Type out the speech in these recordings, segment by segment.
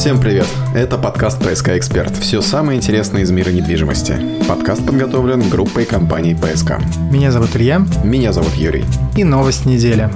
Всем привет! Это подкаст «ПСК Эксперт». Все самое интересное из мира недвижимости. Подкаст подготовлен группой компаний «ПСК». Меня зовут Илья. Меня зовут Юрий. И новость недели.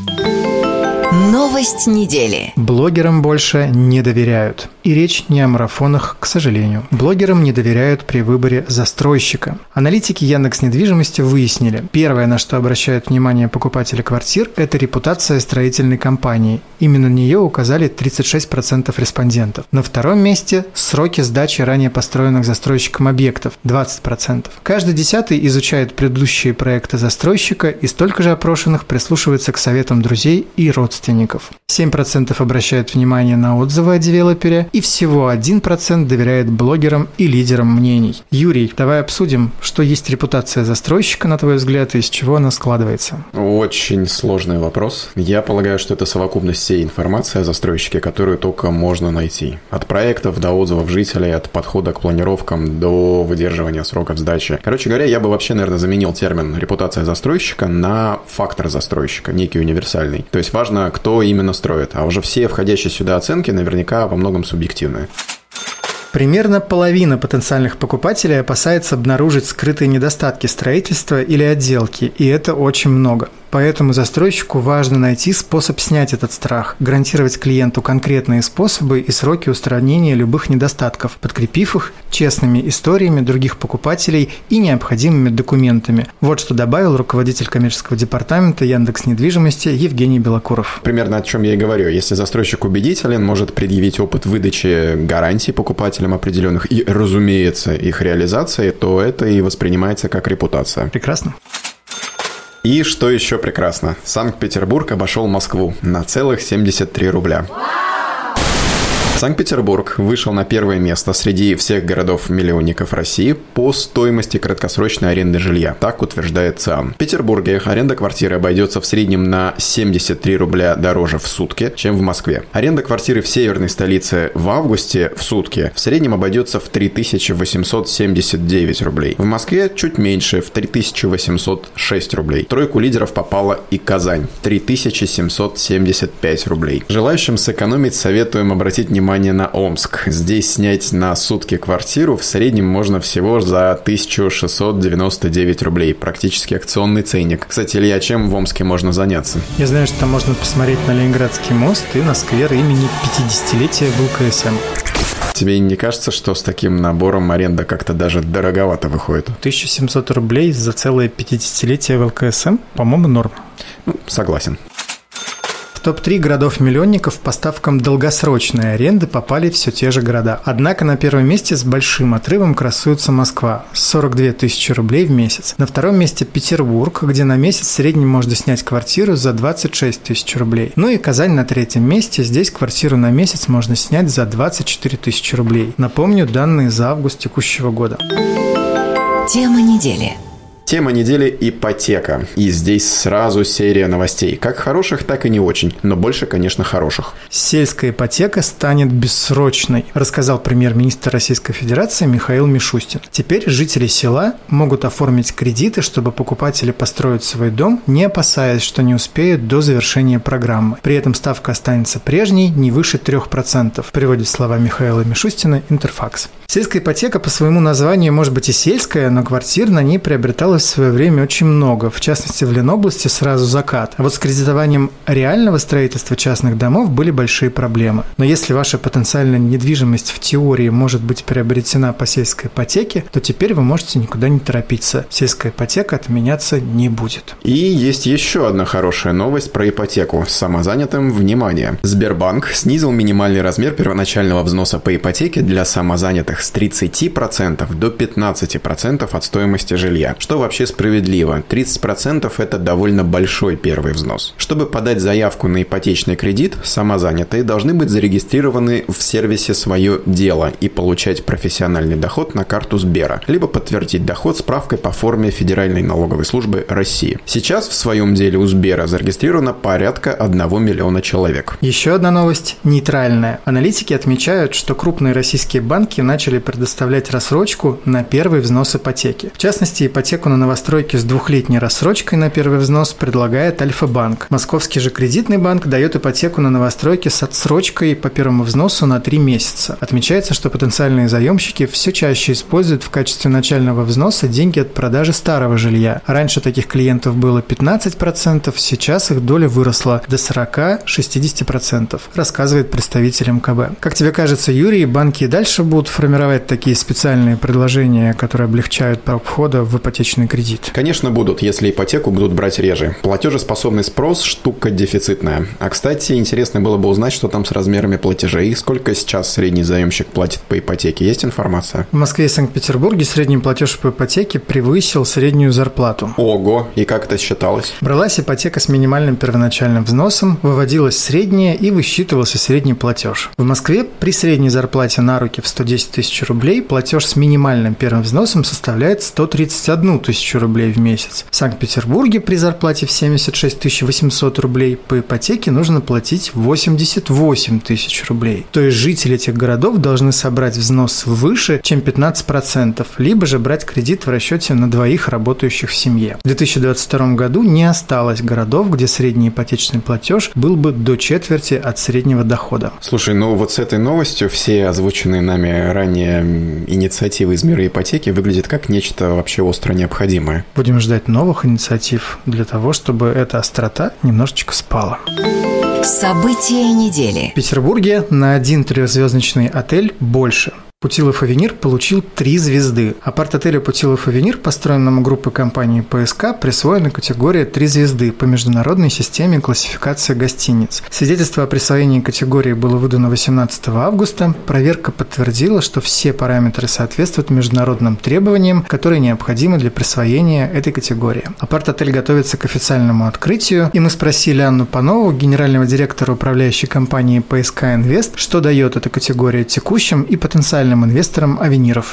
Новость недели. Блогерам больше не доверяют. И речь не о марафонах, к сожалению. Блогерам не доверяют при выборе застройщика. Аналитики Яндекс.Недвижимости выяснили, первое, на что обращают внимание покупатели квартир, это репутация строительной компании. Именно на нее указали 36% респондентов. На втором месте сроки сдачи ранее построенных застройщиком объектов – 20%. Каждый десятый изучает предыдущие проекты застройщика, и столько же опрошенных прислушивается к советам друзей и родственников. 7% обращают внимание на отзывы о девелопере, и всего 1% доверяет блогерам и лидерам мнений. Юрий, давай обсудим, что есть репутация застройщика, на твой взгляд, и из чего она складывается. Очень сложный вопрос. Я полагаю, что это совокупность всей информации о застройщике, которую только можно найти. От проектов до отзывов жителей, от подхода к планировкам до выдерживания сроков сдачи. Короче говоря, я бы вообще, наверное, заменил термин «репутация застройщика» на фактор застройщика, некий универсальный. То есть важно, кто именно строит, а уже все входящие сюда оценки наверняка во многом субъективные. Примерно половина потенциальных покупателей опасается обнаружить скрытые недостатки строительства или отделки, и это очень много. Поэтому застройщику важно найти способ снять этот страх, гарантировать клиенту конкретные способы и сроки устранения любых недостатков, подкрепив их честными историями других покупателей и необходимыми документами. Вот что добавил руководитель коммерческого департамента Яндекс.Недвижимости Евгений Белокуров. Примерно о чем я и говорю. Если застройщик убедителен, может предъявить опыт выдачи гарантий покупателям определенных и, разумеется, их реализации, то это и воспринимается как репутация. Прекрасно. И что еще прекрасно? Санкт-Петербург обошел Москву на целых 73 рубля. Санкт-Петербург вышел на первое место среди всех городов-миллионников России по стоимости краткосрочной аренды жилья. Так утверждает ЦИАН. В Петербурге аренда квартиры обойдется в среднем на 73 рубля дороже в сутки, чем в Москве. Аренда квартиры в северной столице в августе в сутки в среднем обойдется в 3879 рублей. В Москве чуть меньше, в 3806 рублей. В тройку лидеров попала и Казань – 3775 рублей. Желающим сэкономить советуем обратить внимание на Омск. Здесь снять на сутки квартиру в среднем можно всего за 1699 рублей. Практически акционный ценник. Кстати, Илья, чем в Омске можно заняться? Я знаю, что там можно посмотреть на Ленинградский мост и на сквер имени 50-летия ВЛКСМ. Тебе не кажется, что с таким набором аренда как-то даже дороговато выходит? 1700 рублей за целое 50-летие ВЛКСМ, по-моему, норм. Согласен. В топ-3 городов-миллионников по ставкам долгосрочной аренды попали все те же города. Однако на первом месте с большим отрывом красуется Москва – 42 тысячи рублей в месяц. На втором месте Петербург, где на месяц в среднем можно снять квартиру за 26 тысяч рублей. Ну и Казань на третьем месте. Здесь квартиру на месяц можно снять за 24 тысячи рублей. Напомню, данные за август текущего года. Тема недели. Тема недели – ипотека. И здесь сразу серия новостей. Как хороших, так и не очень. Но больше, конечно, хороших. Сельская ипотека станет бессрочной, рассказал премьер-министр Российской Федерации Михаил Мишустин. Теперь жители села могут оформить кредиты, чтобы покупатели построят свой дом, не опасаясь, что не успеют до завершения программы. При этом ставка останется прежней, не выше 3%, приводит слова Михаила Мишустина Интерфакс. Сельская ипотека по своему названию может быть и сельская, но квартир на ней приобреталось в свое время очень много, в частности в Ленобласти сразу закат. А вот с кредитованием реального строительства частных домов были большие проблемы. Но если ваша потенциальная недвижимость в теории может быть приобретена по сельской ипотеке, то теперь вы можете никуда не торопиться. Сельская ипотека отменяться не будет. И есть еще одна хорошая новость про ипотеку. Самозанятым внимание. Сбербанк снизил минимальный размер первоначального взноса по ипотеке для самозанятых с 30% до 15% от стоимости жилья. Что вообще справедливо. 30% это довольно большой первый взнос. Чтобы подать заявку на ипотечный кредит, самозанятые должны быть зарегистрированы в сервисе «Свое дело» и получать профессиональный доход на карту Сбера, либо подтвердить доход справкой по форме Федеральной налоговой службы России. Сейчас в своем деле у Сбера зарегистрировано порядка 1 миллиона человек. Еще одна новость нейтральная. Аналитики отмечают, что крупные российские банки начали предоставлять рассрочку на первый взнос ипотеки. В частности, ипотеку на новостройки с 2-летней рассрочкой на первый взнос предлагает Альфа-банк. Московский же кредитный банк дает ипотеку на новостройки с отсрочкой по первому взносу на 3 месяца. Отмечается, что потенциальные заемщики все чаще используют в качестве начального взноса деньги от продажи старого жилья. Раньше таких клиентов было 15%, сейчас их доля выросла до 40-60%, рассказывает представитель МКБ. Как тебе кажется, Юрий, банки и дальше будут формировать такие специальные предложения, которые облегчают порог входа в ипотечный кредит? Конечно, будут, если ипотеку будут брать реже. Платежеспособный спрос – штука дефицитная. А, кстати, интересно было бы узнать, что там с размерами платежей. Сколько сейчас средний заемщик платит по ипотеке? Есть информация? В Москве и Санкт-Петербурге средний платеж по ипотеке превысил среднюю зарплату. Ого! И как это считалось? Бралась ипотека с минимальным первоначальным взносом, выводилась средняя и высчитывался средний платеж. В Москве при средней зарплате на руки в 110 тысяч рублей платеж с минимальным первым взносом составляет 131 тысячу рублей в месяц. В Санкт-Петербурге при зарплате в 76 800 рублей по ипотеке нужно платить 88 тысяч рублей. То есть жители этих городов должны собрать взнос выше, чем 15%, либо же брать кредит в расчете на двоих работающих в семье. В 2022 году не осталось городов, где средний ипотечный платеж был бы до четверти от среднего дохода. Слушай, ну вот с этой новостью все озвученные нами ранее инициативы из мира ипотеки выглядят как нечто вообще остро необходимое. Будем ждать новых инициатив для того, чтобы эта острота немножечко спала. События недели. В Петербурге на один 3-звездочный отель больше. Путилов Авенир получил 3 звезды. Апарт-отелю Путилов Авенир, построенному группой компании ПСК, присвоена категория 3 звезды по международной системе классификации гостиниц. Свидетельство о присвоении категории было выдано 18 августа. Проверка подтвердила, что все параметры соответствуют международным требованиям, которые необходимы для присвоения этой категории. Апарт-отель готовится к официальному открытию, и мы спросили Анну Панову, генерального директора управляющей компании ПСК Инвест, что дает эта категория текущим и потенциальным инвесторам Авениров.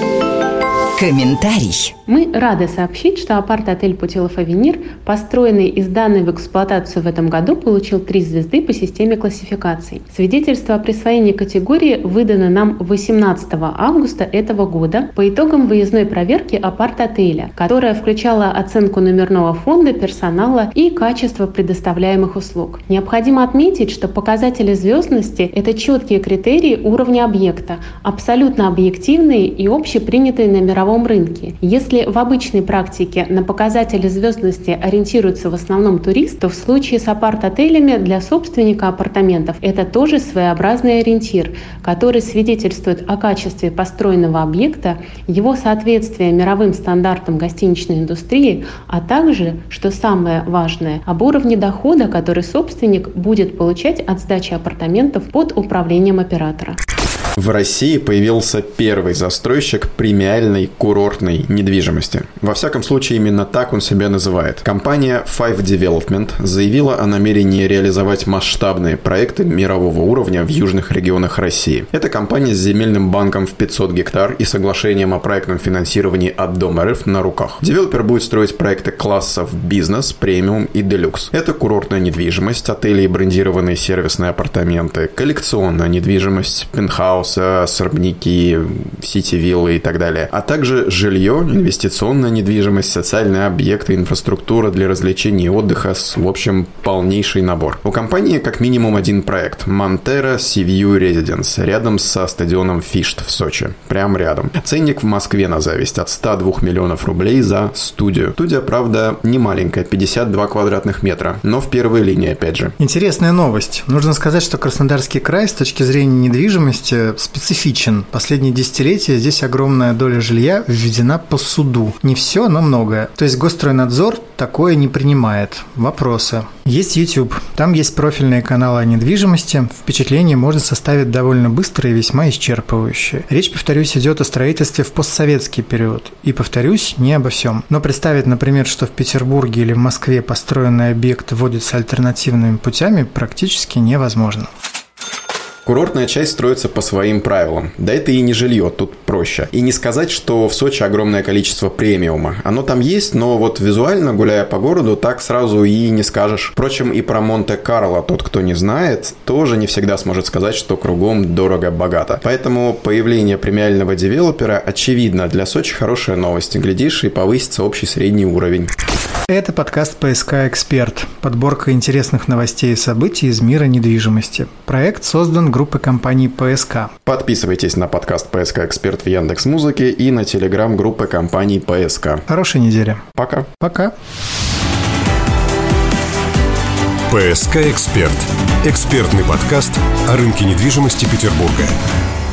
Комментарий. Мы рады сообщить, что апарт-отель Путилов Авенир, построенный и сданный в эксплуатацию в этом году, получил 3 звезды по системе классификаций. Свидетельство о присвоении категории выдано нам 18 августа этого года по итогам выездной проверки апарт-отеля, которая включала оценку номерного фонда, персонала и качества предоставляемых услуг. Необходимо отметить, что показатели звездности – это четкие критерии уровня объекта, абсолютно объективные и общепринятые на мировом рынке. Если в обычной практике на показатели звездности ориентируется в основном турист, то в случае с апарт-отелями для собственника апартаментов это тоже своеобразный ориентир, который свидетельствует о качестве построенного объекта, его соответствия мировым стандартам гостиничной индустрии, а также, что самое важное, об уровне дохода, который собственник будет получать от сдачи апартаментов под управлением оператора. В России появился первый застройщик премиальной курортной недвижимости. Во всяком случае, именно так он себя называет. Компания Five Development заявила о намерении реализовать масштабные проекты мирового уровня в южных регионах России. Это компания с земельным банком в 500 гектар и соглашением о проектном финансировании от Дом РФ на руках. Девелопер будет строить проекты классов бизнес, премиум и делюкс. Это курортная недвижимость, отели и брендированные сервисные апартаменты, коллекционная недвижимость, пентхаус, особняки, сити-виллы и так далее, а также жилье, инвестиционная недвижимость, социальные объекты, инфраструктура для развлечений и отдыха, в общем, полнейший набор. У компании как минимум один проект – Montero Sea View Residence, рядом со стадионом Фишт в Сочи. Прям рядом. Ценник в Москве на зависть от 102 миллионов рублей за студию. Студия, правда, не маленькая, 52 квадратных метра, но в первой линии, опять же. Интересная новость. Нужно сказать, что Краснодарский край с точки зрения недвижимости специфичен. Последние десятилетия здесь огромная доля жилья введена по суду. Не все, но многое. То есть Госстройнадзор такое не принимает. Вопросы. Есть YouTube. Там есть профильные каналы о недвижимости. Впечатление можно составить довольно быстро и весьма исчерпывающее. Речь, повторюсь, идет о строительстве в постсоветский период. И, повторюсь, не обо всем. Но представить, например, что в Петербурге или в Москве построенный объект вводится альтернативными путями, практически невозможно. Курортная часть строится по своим правилам. Да это и не жилье, тут проще. И не сказать, что в Сочи огромное количество премиума. Оно там есть, но вот визуально, гуляя по городу, так сразу и не скажешь. Впрочем, и про Монте-Карло тот, кто не знает, тоже не всегда сможет сказать, что кругом дорого-богато. Поэтому появление премиального девелопера, очевидно, для Сочи хорошая новость. Глядишь, и повысится общий средний уровень. Это подкаст «ПСК Эксперт». Подборка интересных новостей и событий из мира недвижимости. Проект создан группой компаний «ПСК». Подписывайтесь на подкаст «ПСК Эксперт» в Яндекс.Музыке и на телеграм-группы компаний «ПСК». Хорошей недели. Пока. Пока. «ПСК Эксперт» – экспертный подкаст о рынке недвижимости Петербурга.